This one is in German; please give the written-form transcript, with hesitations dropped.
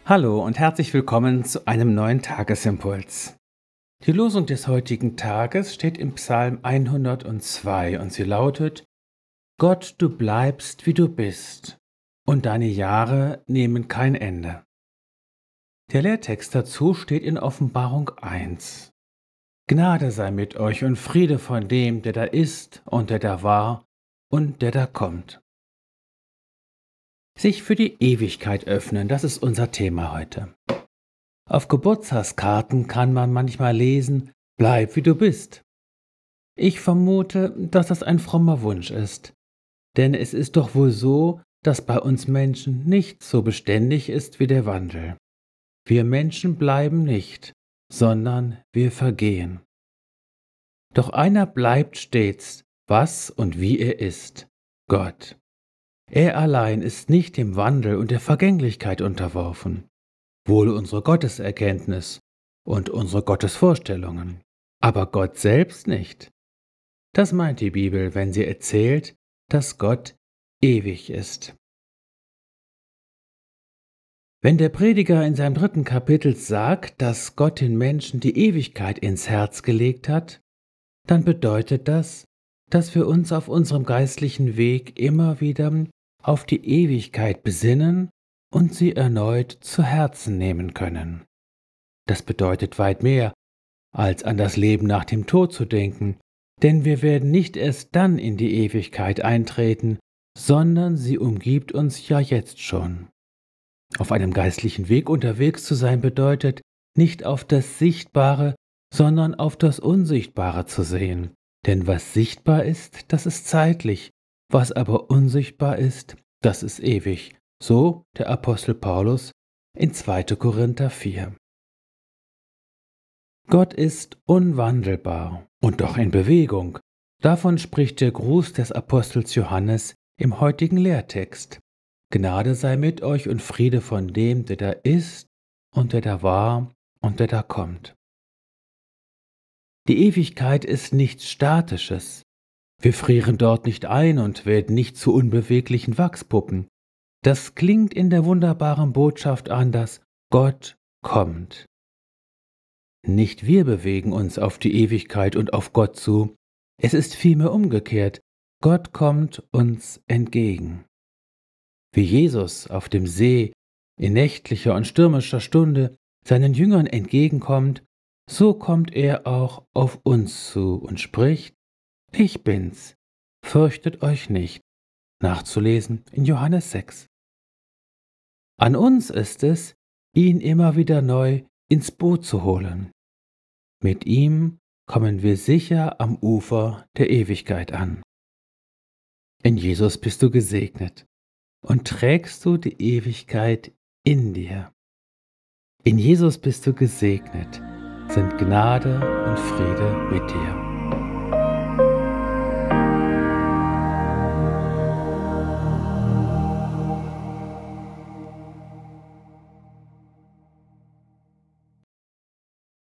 Hallo und herzlich willkommen zu einem neuen Tagesimpuls. Die Losung des heutigen Tages steht im Psalm 102 und sie lautet: Gott, du bleibst, wie du bist, und deine Jahre nehmen kein Ende. Der Lehrtext dazu steht in Offenbarung 1. Gnade sei mit euch und Friede von dem, der da ist und der da war und der da kommt. Sich für die Ewigkeit öffnen, das ist unser Thema heute. Auf Geburtstagskarten kann man manchmal lesen: Bleib wie du bist. Ich vermute, dass das ein frommer Wunsch ist, denn es ist doch wohl so, dass bei uns Menschen nichts so beständig ist wie der Wandel. Wir Menschen bleiben nicht, sondern wir vergehen. Doch einer bleibt stets, was und wie er ist: Gott. Er allein ist nicht dem Wandel und der Vergänglichkeit unterworfen. Wohl unsere Gotteserkenntnis und unsere Gottesvorstellungen, aber Gott selbst nicht. Das meint die Bibel, wenn sie erzählt, dass Gott ewig ist. Wenn der Prediger in seinem 3. Kapitel sagt, dass Gott den Menschen die Ewigkeit ins Herz gelegt hat, dann bedeutet das, dass wir uns auf unserem geistlichen Weg immer wieder auf die Ewigkeit besinnen und sie erneut zu Herzen nehmen können. Das bedeutet weit mehr, als an das Leben nach dem Tod zu denken, denn wir werden nicht erst dann in die Ewigkeit eintreten, sondern sie umgibt uns ja jetzt schon. Auf einem geistlichen Weg unterwegs zu sein bedeutet, nicht auf das Sichtbare, sondern auf das Unsichtbare zu sehen. Denn was sichtbar ist, das ist zeitlich, was aber unsichtbar ist, das ist ewig. So der Apostel Paulus in 2. Korinther 4. Gott ist unwandelbar und doch in Bewegung. Davon spricht der Gruß des Apostels Johannes im heutigen Lehrtext. Gnade sei mit euch und Friede von dem, der da ist und der da war und der da kommt. Die Ewigkeit ist nichts Statisches. Wir frieren dort nicht ein und werden nicht zu unbeweglichen Wachspuppen. Das klingt in der wunderbaren Botschaft anders: Gott kommt. Nicht wir bewegen uns auf die Ewigkeit und auf Gott zu, es ist vielmehr umgekehrt: Gott kommt uns entgegen. Wie Jesus auf dem See in nächtlicher und stürmischer Stunde seinen Jüngern entgegenkommt, so kommt er auch auf uns zu und spricht: Ich bin's, fürchtet euch nicht. Nachzulesen in Johannes 6. An uns ist es, ihn immer wieder neu ins Boot zu holen. Mit ihm kommen wir sicher am Ufer der Ewigkeit an. In Jesus bist du gesegnet und trägst du die Ewigkeit in dir. In Jesus bist du gesegnet, sind Gnade und Friede mit dir.